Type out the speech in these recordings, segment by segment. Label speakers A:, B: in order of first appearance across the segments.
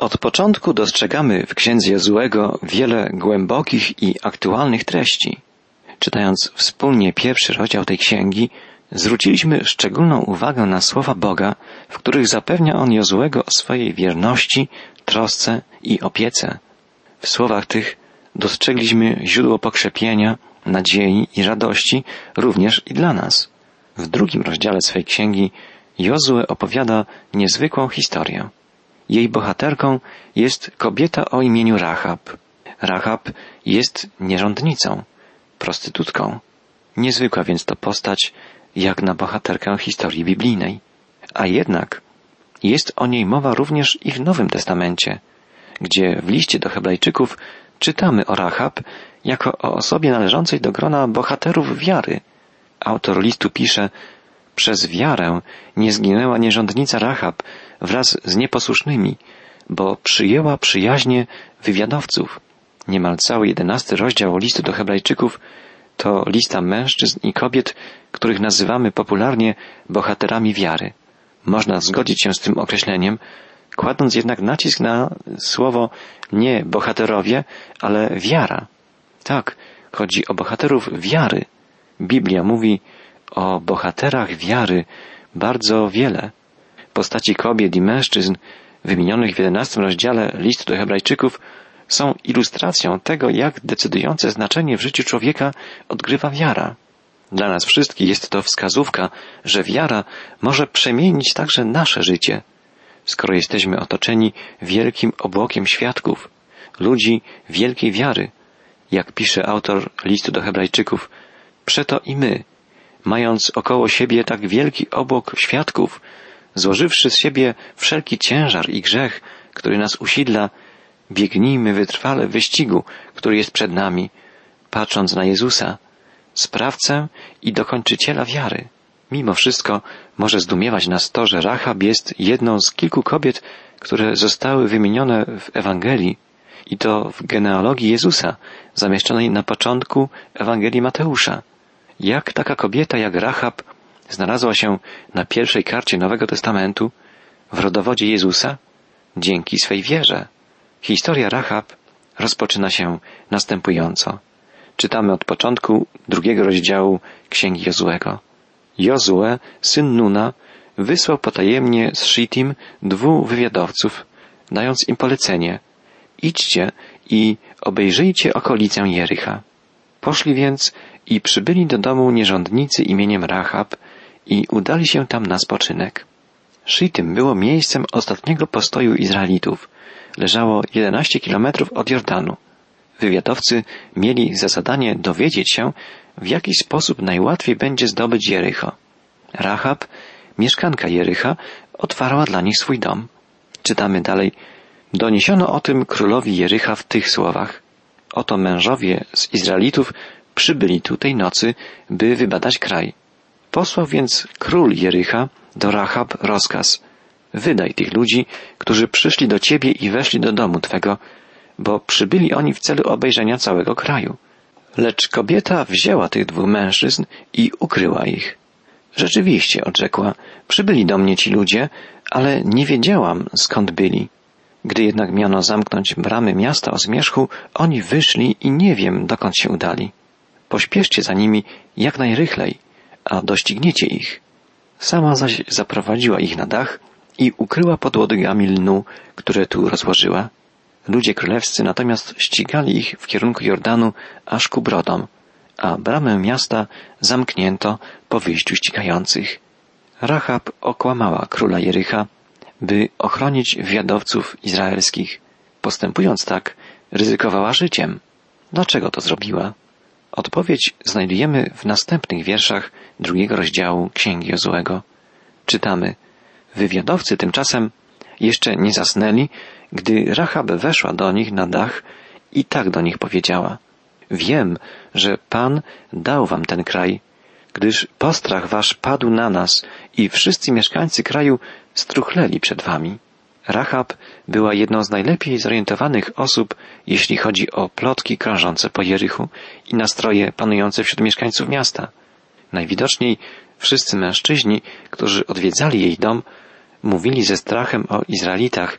A: Od początku dostrzegamy w księdze Jozuego wiele głębokich i aktualnych treści. Czytając wspólnie pierwszy rozdział tej księgi, zwróciliśmy szczególną uwagę na słowa Boga, w których zapewnia on Jozuego o swojej wierności, trosce i opiece. W słowach tych dostrzegliśmy źródło pokrzepienia, nadziei i radości również i dla nas. W drugim rozdziale swej księgi Jozue opowiada niezwykłą historię. Jej bohaterką jest kobieta o imieniu Rahab. Rahab jest nierządnicą, prostytutką. Niezwykła więc to postać, jak na bohaterkę historii biblijnej. A jednak jest o niej mowa również i w Nowym Testamencie, gdzie w liście do Hebrajczyków czytamy o Rahab jako o osobie należącej do grona bohaterów wiary. Autor listu pisze: przez wiarę nie zginęła nierządnica Rahab wraz z nieposłusznymi, bo przyjęła przyjaźnie wywiadowców. Niemal cały 11 rozdział listu do Hebrajczyków to lista mężczyzn i kobiet, których nazywamy popularnie bohaterami wiary. Można zgodzić się z tym określeniem, kładąc jednak nacisk na słowo nie bohaterowie, ale wiara. Tak, chodzi o bohaterów wiary. Biblia mówi o bohaterach wiary bardzo wiele. Postaci kobiet i mężczyzn wymienionych w 11 rozdziale listu do Hebrajczyków są ilustracją tego, jak decydujące znaczenie w życiu człowieka odgrywa wiara. Dla nas wszystkich jest to wskazówka, że wiara może przemienić także nasze życie, skoro jesteśmy otoczeni wielkim obłokiem świadków, ludzi wielkiej wiary. Jak pisze autor listu do Hebrajczyków, przeto i my, mając około siebie tak wielki obłok świadków, złożywszy z siebie wszelki ciężar i grzech, który nas usidla, biegnijmy wytrwale w wyścigu, który jest przed nami, patrząc na Jezusa, sprawcę i dokończyciela wiary. Mimo wszystko może zdumiewać nas to, że Rahab jest jedną z kilku kobiet, które zostały wymienione w Ewangelii, i to w genealogii Jezusa, zamieszczonej na początku Ewangelii Mateusza. Jak taka kobieta jak Rahab znalazła się na pierwszej karcie Nowego Testamentu w rodowodzie Jezusa? Dzięki swej wierze. Historia Rahab rozpoczyna się następująco. Czytamy od początku 2 rozdziału Księgi Jozuego. Jozue, syn Nuna, wysłał potajemnie z Shittim 2 wywiadowców, dając im polecenie: idźcie i obejrzyjcie okolicę Jericha. Poszli więc i przybyli do domu nierządnicy imieniem Rahab i udali się tam na spoczynek. Shittim było miejscem ostatniego postoju Izraelitów. Leżało 11 kilometrów od Jordanu. Wywiadowcy mieli za zadanie dowiedzieć się, w jaki sposób najłatwiej będzie zdobyć Jericho. Rahab, mieszkanka Jericha, otwarła dla nich swój dom. Czytamy dalej. Doniesiono o tym królowi Jericha w tych słowach: oto mężowie z Izraelitów przybyli tu tej nocy, by wybadać kraj. Posłał więc król Jericha do Rahab rozkaz: wydaj tych ludzi, którzy przyszli do ciebie i weszli do domu twego, bo przybyli oni w celu obejrzenia całego kraju. Lecz kobieta wzięła tych 2 mężczyzn i ukryła ich. Rzeczywiście, odrzekła, przybyli do mnie ci ludzie, ale nie wiedziałam, skąd byli. Gdy jednak miano zamknąć bramy miasta o zmierzchu, oni wyszli i nie wiem, dokąd się udali. Pośpieszcie za nimi jak najrychlej, a dościgniecie ich. Sama zaś zaprowadziła ich na dach i ukryła pod łodygami lnu, które tu rozłożyła. Ludzie królewscy natomiast ścigali ich w kierunku Jordanu aż ku brodom, a bramę miasta zamknięto po wyjściu ścigających. Rahab okłamała króla Jericha, by ochronić wywiadowców izraelskich. Postępując tak, ryzykowała życiem. Dlaczego to zrobiła? Odpowiedź znajdujemy w następnych wierszach 2 rozdziału Księgi Jozuego. Czytamy: wywiadowcy tymczasem jeszcze nie zasnęli, gdy Rahab weszła do nich na dach i tak do nich powiedziała: wiem, że Pan dał wam ten kraj, gdyż postrach wasz padł na nas i wszyscy mieszkańcy kraju struchleli przed wami. Rahab była jedną z najlepiej zorientowanych osób, jeśli chodzi o plotki krążące po Jerichu i nastroje panujące wśród mieszkańców miasta. Najwidoczniej wszyscy mężczyźni, którzy odwiedzali jej dom, mówili ze strachem o Izraelitach,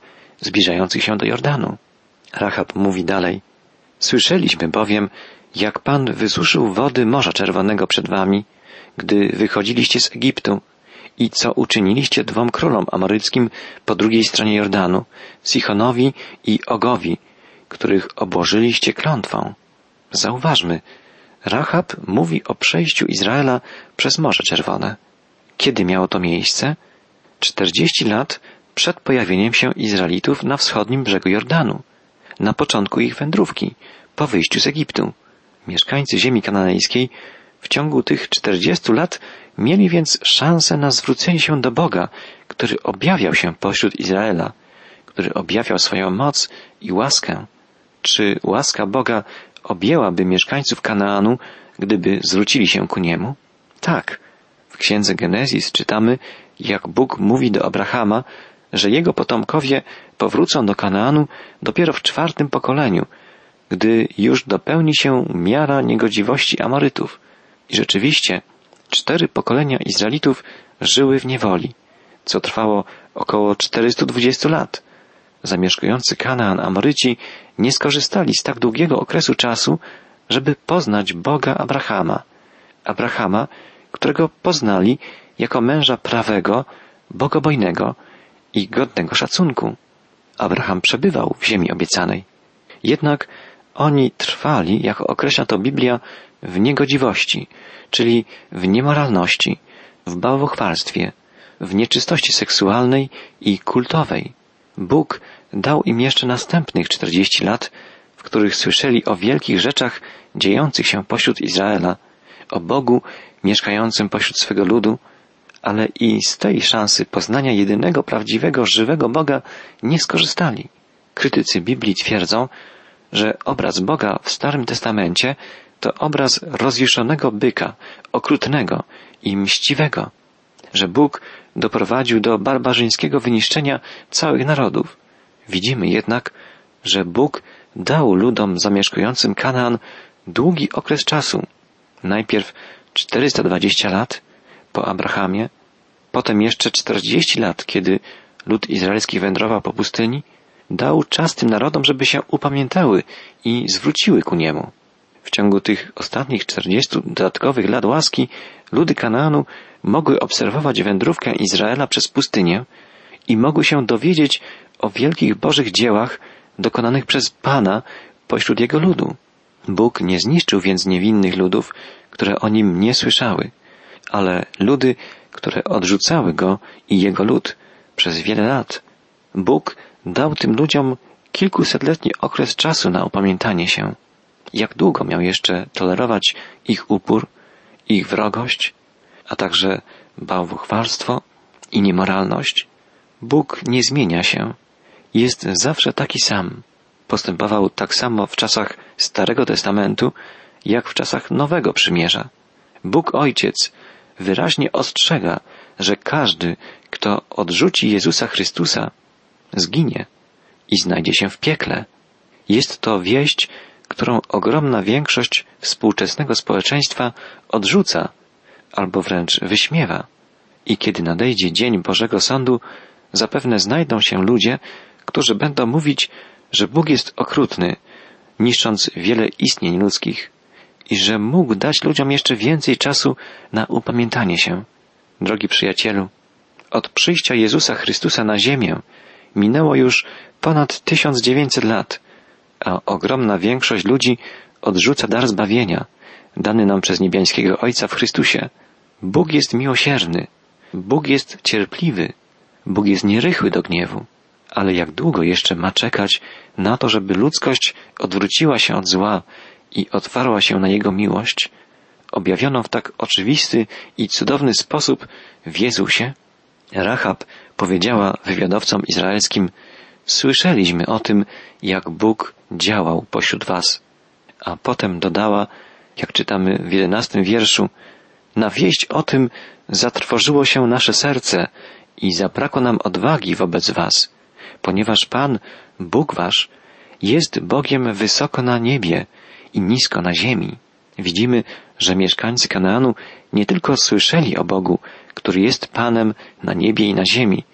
A: zbliżających się do Jordanu. Rahab mówi dalej: słyszeliśmy bowiem, jak Pan wysuszył wody Morza Czerwonego przed wami, gdy wychodziliście z Egiptu, i co uczyniliście dwom królom amoryckim po drugiej stronie Jordanu, Sihonowi i Ogowi, których obłożyliście klątwą. Zauważmy, Rahab mówi o przejściu Izraela przez Morze Czerwone. Kiedy miało to miejsce? 40 lat przed pojawieniem się Izraelitów na wschodnim brzegu Jordanu, na początku ich wędrówki, po wyjściu z Egiptu. Mieszkańcy ziemi kananejskiej w ciągu tych 40 lat mieli więc szansę na zwrócenie się do Boga, który objawiał się pośród Izraela, który objawiał swoją moc i łaskę. Czy łaska Boga objęłaby mieszkańców Kanaanu, gdyby zwrócili się ku Niemu? Tak. W księdze Genezis czytamy, jak Bóg mówi do Abrahama, że jego potomkowie powrócą do Kanaanu dopiero w 4. pokoleniu, gdy już dopełni się miara niegodziwości Amorytów. I rzeczywiście 4 pokolenia Izraelitów żyły w niewoli, co trwało około 420 lat. Zamieszkujący Kanaan Amoryci nie skorzystali z tak długiego okresu czasu, żeby poznać Boga Abrahama, którego poznali jako męża prawego, bogobojnego i godnego szacunku. Abraham przebywał w ziemi obiecanej. Jednak oni trwali, jak określa to Biblia, w niegodziwości, czyli w niemoralności, w bałwochwalstwie, w nieczystości seksualnej i kultowej. Bóg dał im jeszcze następnych 40 lat, w których słyszeli o wielkich rzeczach dziejących się pośród Izraela, o Bogu mieszkającym pośród swego ludu, ale i z tej szansy poznania jedynego prawdziwego, żywego Boga nie skorzystali. Krytycy Biblii twierdzą, że obraz Boga w Starym Testamencie to obraz rozjuszonego byka, okrutnego i mściwego, że Bóg doprowadził do barbarzyńskiego wyniszczenia całych narodów. Widzimy jednak, że Bóg dał ludom zamieszkującym Kanaan długi okres czasu. Najpierw 420 lat po Abrahamie, potem jeszcze 40 lat, kiedy lud izraelski wędrował po pustyni, dał czas tym narodom, żeby się upamiętały i zwróciły ku Niemu. W ciągu tych ostatnich 40 dodatkowych lat łaski ludy Kanaanu mogły obserwować wędrówkę Izraela przez pustynię i mogły się dowiedzieć o wielkich Bożych dziełach dokonanych przez Pana pośród Jego ludu. Bóg nie zniszczył więc niewinnych ludów, które o Nim nie słyszały, ale ludy, które odrzucały Go i Jego lud przez wiele lat. Bóg dał tym ludziom kilkusetletni okres czasu na upamiętanie się. Jak długo miał jeszcze tolerować ich upór, ich wrogość, a także bałwochwalstwo i niemoralność? Bóg nie zmienia się. Jest zawsze taki sam. Postępował tak samo w czasach Starego Testamentu, jak w czasach Nowego Przymierza. Bóg Ojciec wyraźnie ostrzega, że każdy, kto odrzuci Jezusa Chrystusa, zginie i znajdzie się w piekle. Jest to wieść, którą ogromna większość współczesnego społeczeństwa odrzuca albo wręcz wyśmiewa. I kiedy nadejdzie dzień Bożego Sądu, zapewne znajdą się ludzie, którzy będą mówić, że Bóg jest okrutny, niszcząc wiele istnień ludzkich i że mógł dać ludziom jeszcze więcej czasu na upamiętanie się. Drogi przyjacielu, od przyjścia Jezusa Chrystusa na ziemię minęło już ponad 1900 lat, a ogromna większość ludzi odrzuca dar zbawienia, dany nam przez niebiańskiego Ojca w Chrystusie. Bóg jest miłosierny, Bóg jest cierpliwy, Bóg jest nierychły do gniewu. Ale jak długo jeszcze ma czekać na to, żeby ludzkość odwróciła się od zła i otwarła się na Jego miłość, objawioną w tak oczywisty i cudowny sposób w Jezusie? Rahab powiedziała wywiadowcom izraelskim: słyszeliśmy o tym, jak Bóg działał pośród was. A potem dodała, jak czytamy w 11 wierszu: na wieść o tym zatrwożyło się nasze serce i zabrakło nam odwagi wobec was, ponieważ Pan, Bóg wasz, jest Bogiem wysoko na niebie i nisko na ziemi. Widzimy, że mieszkańcy Kanaanu nie tylko słyszeli o Bogu, który jest Panem na niebie i na ziemi,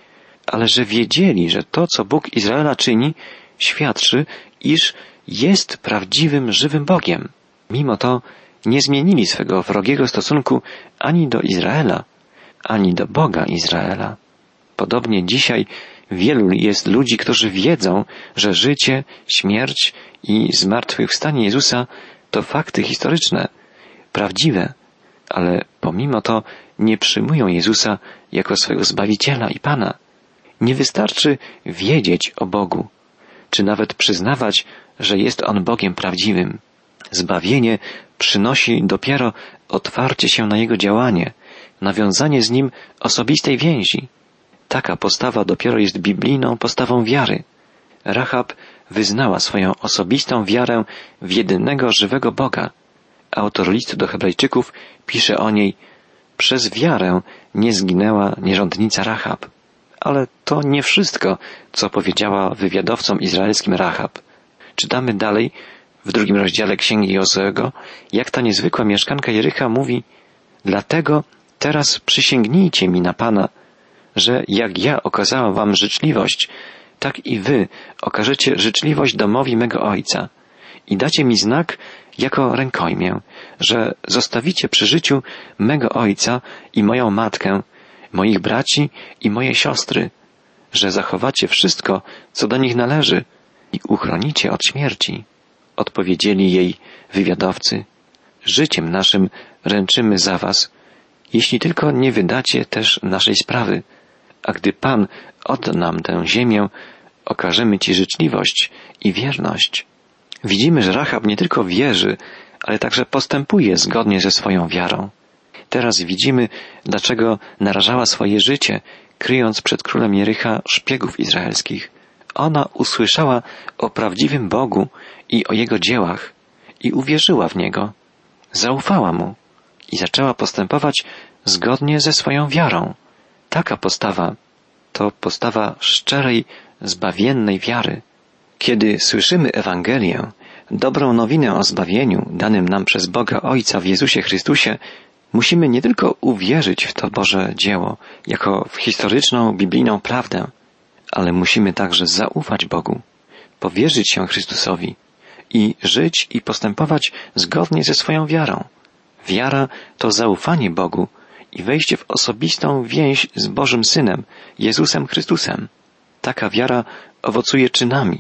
A: ale że wiedzieli, że to, co Bóg Izraela czyni, świadczy, iż jest prawdziwym, żywym Bogiem. Mimo to nie zmienili swego wrogiego stosunku ani do Izraela, ani do Boga Izraela. Podobnie dzisiaj wielu jest ludzi, którzy wiedzą, że życie, śmierć i zmartwychwstanie Jezusa to fakty historyczne, prawdziwe, ale pomimo to nie przyjmują Jezusa jako swego Zbawiciela i Pana. Nie wystarczy wiedzieć o Bogu, czy nawet przyznawać, że jest On Bogiem prawdziwym. Zbawienie przynosi dopiero otwarcie się na Jego działanie, nawiązanie z Nim osobistej więzi. Taka postawa dopiero jest biblijną postawą wiary. Rahab wyznała swoją osobistą wiarę w jedynego żywego Boga. Autor listu do Hebrajczyków pisze o niej: przez wiarę nie zginęła nierządnica Rahab. Ale to nie wszystko, co powiedziała wywiadowcom izraelskim Rahab. Czytamy dalej w 2 rozdziale Księgi Jozuego, jak ta niezwykła mieszkanka Jericha mówi: dlatego teraz przysięgnijcie mi na Pana, że jak ja okazałam wam życzliwość, tak i wy okażecie życzliwość domowi mego ojca i dacie mi znak jako rękojmię, że zostawicie przy życiu mego ojca i moją matkę, moich braci i moje siostry, że zachowacie wszystko, co do nich należy i uchronicie od śmierci. Odpowiedzieli jej wywiadowcy: życiem naszym ręczymy za was, jeśli tylko nie wydacie też naszej sprawy, a gdy Pan odda nam tę ziemię, okażemy Ci życzliwość i wierność. Widzimy, że Rahab nie tylko wierzy, ale także postępuje zgodnie ze swoją wiarą. Teraz widzimy, dlaczego narażała swoje życie, kryjąc przed królem Jericha szpiegów izraelskich. Ona usłyszała o prawdziwym Bogu i o Jego dziełach i uwierzyła w Niego. Zaufała Mu i zaczęła postępować zgodnie ze swoją wiarą. Taka postawa to postawa szczerej, zbawiennej wiary. Kiedy słyszymy Ewangelię, dobrą nowinę o zbawieniu danym nam przez Boga Ojca w Jezusie Chrystusie, musimy nie tylko uwierzyć w to Boże dzieło jako w historyczną, biblijną prawdę, ale musimy także zaufać Bogu, powierzyć się Chrystusowi i żyć i postępować zgodnie ze swoją wiarą. Wiara to zaufanie Bogu i wejście w osobistą więź z Bożym Synem, Jezusem Chrystusem. Taka wiara owocuje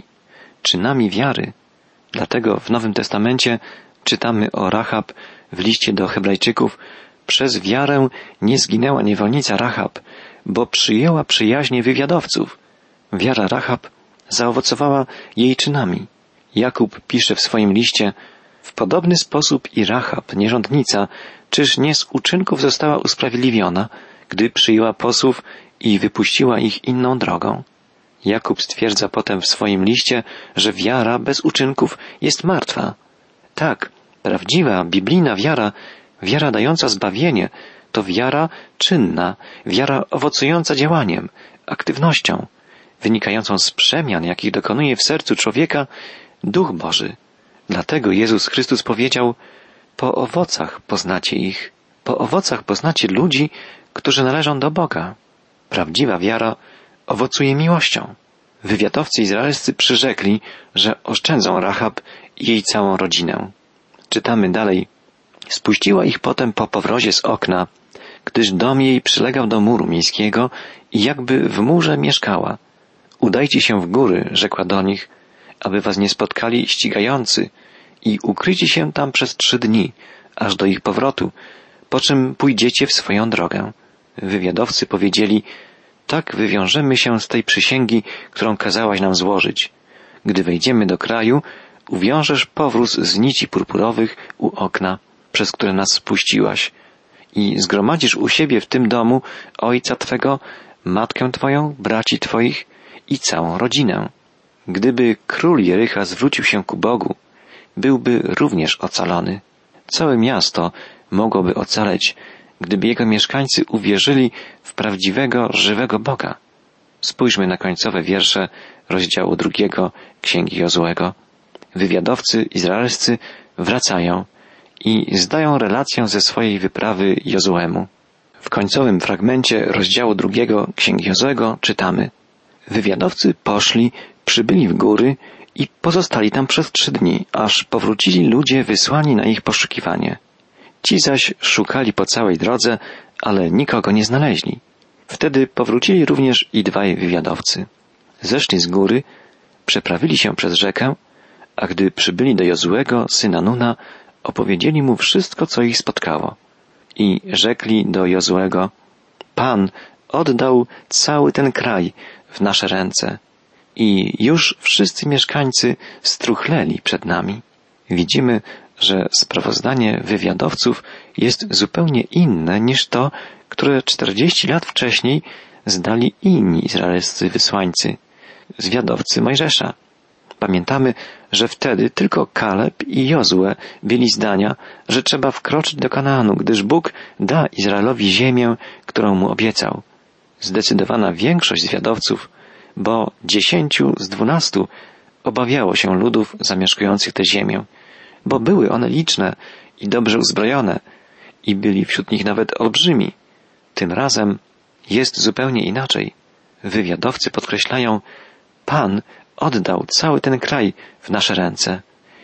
A: czynami wiary. Dlatego w Nowym Testamencie czytamy o Rahab w liście do Hebrajczyków: przez wiarę nie zginęła niewolnica Rahab, bo przyjęła przyjaźnie wywiadowców. Wiara Rahab zaowocowała jej czynami. Jakub pisze w swoim liście: w podobny sposób i Rahab, nierządnica, czyż nie z uczynków została usprawiedliwiona, gdy przyjęła posłów i wypuściła ich inną drogą? Jakub stwierdza potem w swoim liście, że wiara bez uczynków jest martwa. Tak, prawdziwa, biblijna wiara, wiara dająca zbawienie, to wiara czynna, wiara owocująca działaniem, aktywnością, wynikającą z przemian, jakich dokonuje w sercu człowieka Duch Boży. Dlatego Jezus Chrystus powiedział: po owocach poznacie ich, po owocach poznacie ludzi, którzy należą do Boga. Prawdziwa wiara owocuje miłością. Wywiadowcy izraelscy przyrzekli, że oszczędzą Rahab i jej całą rodzinę. Czytamy dalej: spuściła ich potem po powrozie z okna, gdyż dom jej przylegał do muru miejskiego i jakby w murze mieszkała. Udajcie się w góry, rzekła do nich, aby was nie spotkali ścigający, i ukryjcie się tam przez 3 dni, aż do ich powrotu, po czym pójdziecie w swoją drogę. Wywiadowcy powiedzieli: tak wywiążemy się z tej przysięgi, którą kazałaś nam złożyć. Gdy wejdziemy do kraju, uwiążesz powróz z nici purpurowych u okna, przez które nas spuściłaś, i zgromadzisz u siebie w tym domu ojca twego, matkę twoją, braci twoich i całą rodzinę. Gdyby król Jericha zwrócił się ku Bogu, byłby również ocalony. Całe miasto mogłoby ocaleć, gdyby jego mieszkańcy uwierzyli w prawdziwego, żywego Boga. Spójrzmy na końcowe wiersze rozdziału 2 Księgi Jozuego. Wywiadowcy izraelscy wracają i zdają relację ze swojej wyprawy Jozuemu. W końcowym fragmencie rozdziału 2 Księgi Jozuego czytamy: Wywiadowcy poszli, przybyli w góry i pozostali tam przez 3 dni, aż powrócili ludzie wysłani na ich poszukiwanie. Ci zaś szukali po całej drodze, ale nikogo nie znaleźli. Wtedy powrócili również i 2 wywiadowcy. Zeszli z góry, przeprawili się przez rzekę, a gdy przybyli do Jozuego, syna Nuna, opowiedzieli mu wszystko, co ich spotkało. I rzekli do Jozuego: Pan oddał cały ten kraj w nasze ręce i już wszyscy mieszkańcy struchleli przed nami. Widzimy, że sprawozdanie wywiadowców jest zupełnie inne niż to, które 40 lat wcześniej zdali inni izraelscy wysłańcy, zwiadowcy Mojżesza. Pamiętamy, że wtedy tylko Kaleb i Jozue byli zdania, że trzeba wkroczyć do Kanaanu, gdyż Bóg da Izraelowi ziemię, którą mu obiecał. Zdecydowana większość zwiadowców, bo 10 z 12 obawiało się ludów zamieszkujących tę ziemię, bo były one liczne i dobrze uzbrojone i byli wśród nich nawet olbrzymi. Tym razem jest zupełnie inaczej. Wywiadowcy podkreślają: Pan oddał cały ten kraj w nasze ręce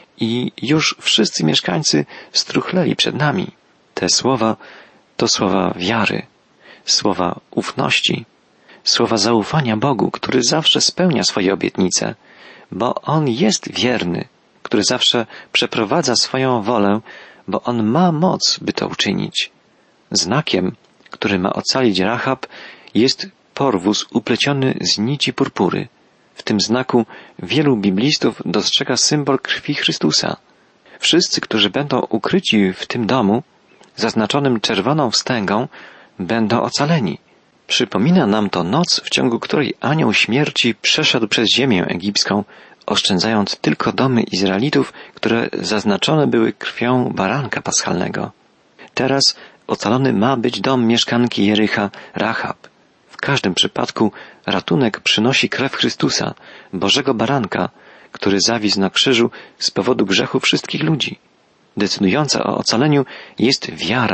A: i już wszyscy mieszkańcy struchleli przed nami. Te słowa to słowa wiary, słowa ufności, słowa zaufania Bogu, który zawsze spełnia swoje obietnice, bo On jest wierny, który zawsze przeprowadza swoją wolę, bo On ma moc, by to uczynić. Znakiem, który ma ocalić Rahab, jest porwóz upleciony z nici purpury. W tym znaku wielu biblistów dostrzega symbol krwi Chrystusa. Wszyscy, którzy będą ukryci w tym domu, zaznaczonym czerwoną wstęgą, będą ocaleni. Przypomina nam to noc, w ciągu której anioł śmierci przeszedł przez ziemię egipską, oszczędzając tylko domy Izraelitów, które zaznaczone były krwią baranka paschalnego. Teraz ocalony ma być dom mieszkanki Jericha, Rahab. W każdym przypadku ratunek przynosi krew Chrystusa, Bożego Baranka, który zawisł na krzyżu z powodu grzechu wszystkich ludzi. Decydująca o ocaleniu jest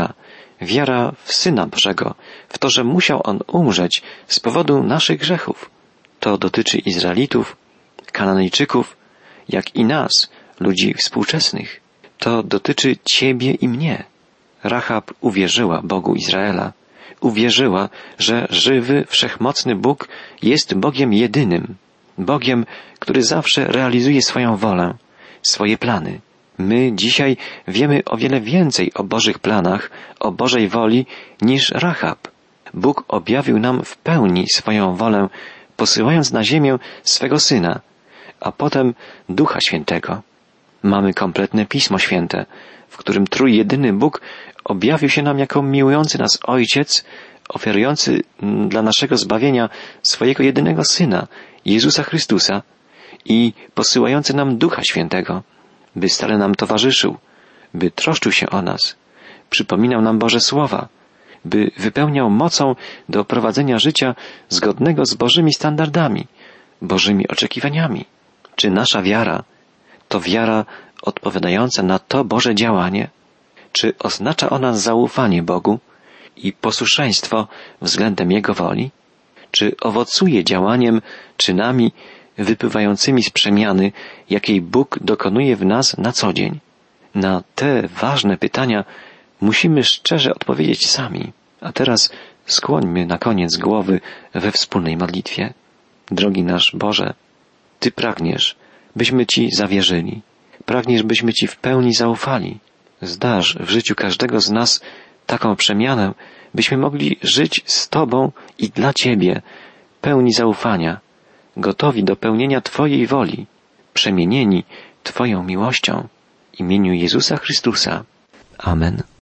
A: wiara w Syna Bożego, w to, że musiał On umrzeć z powodu naszych grzechów. To dotyczy Izraelitów, Kananejczyków, jak i nas, ludzi współczesnych. To dotyczy Ciebie i mnie. Rahab uwierzyła Bogu Izraela. Uwierzyła, że żywy, wszechmocny Bóg jest Bogiem jedynym, Bogiem, który zawsze realizuje swoją wolę, swoje plany. My dzisiaj wiemy o wiele więcej o Bożych planach, o Bożej woli niż Rahab. Bóg objawił nam w pełni swoją wolę, posyłając na ziemię swego Syna, a potem Ducha Świętego. Mamy kompletne Pismo Święte, w którym trójjedyny Bóg objawił się nam jako miłujący nas Ojciec, ofiarujący dla naszego zbawienia swojego jedynego Syna, Jezusa Chrystusa, i posyłający nam Ducha Świętego, by stale nam towarzyszył, by troszczył się o nas, przypominał nam Boże Słowa, by wypełniał mocą do prowadzenia życia zgodnego z Bożymi standardami, Bożymi oczekiwaniami. Czy nasza wiara to wiara odpowiadająca na to Boże działanie? Czy oznacza ona zaufanie Bogu i posłuszeństwo względem Jego woli? Czy owocuje działaniem, czynami wypływającymi z przemiany, jakiej Bóg dokonuje w nas na co dzień? Na te ważne pytania musimy szczerze odpowiedzieć sami. A teraz skłońmy na koniec głowy we wspólnej modlitwie. Drogi nasz Boże, Ty pragniesz, byśmy Ci zawierzyli. Pragniesz, byśmy Ci w pełni zaufali. Zdarz w życiu każdego z nas taką przemianę, byśmy mogli żyć z Tobą i dla Ciebie, pełni zaufania, gotowi do pełnienia Twojej woli, przemienieni Twoją miłością. W imieniu Jezusa Chrystusa. Amen.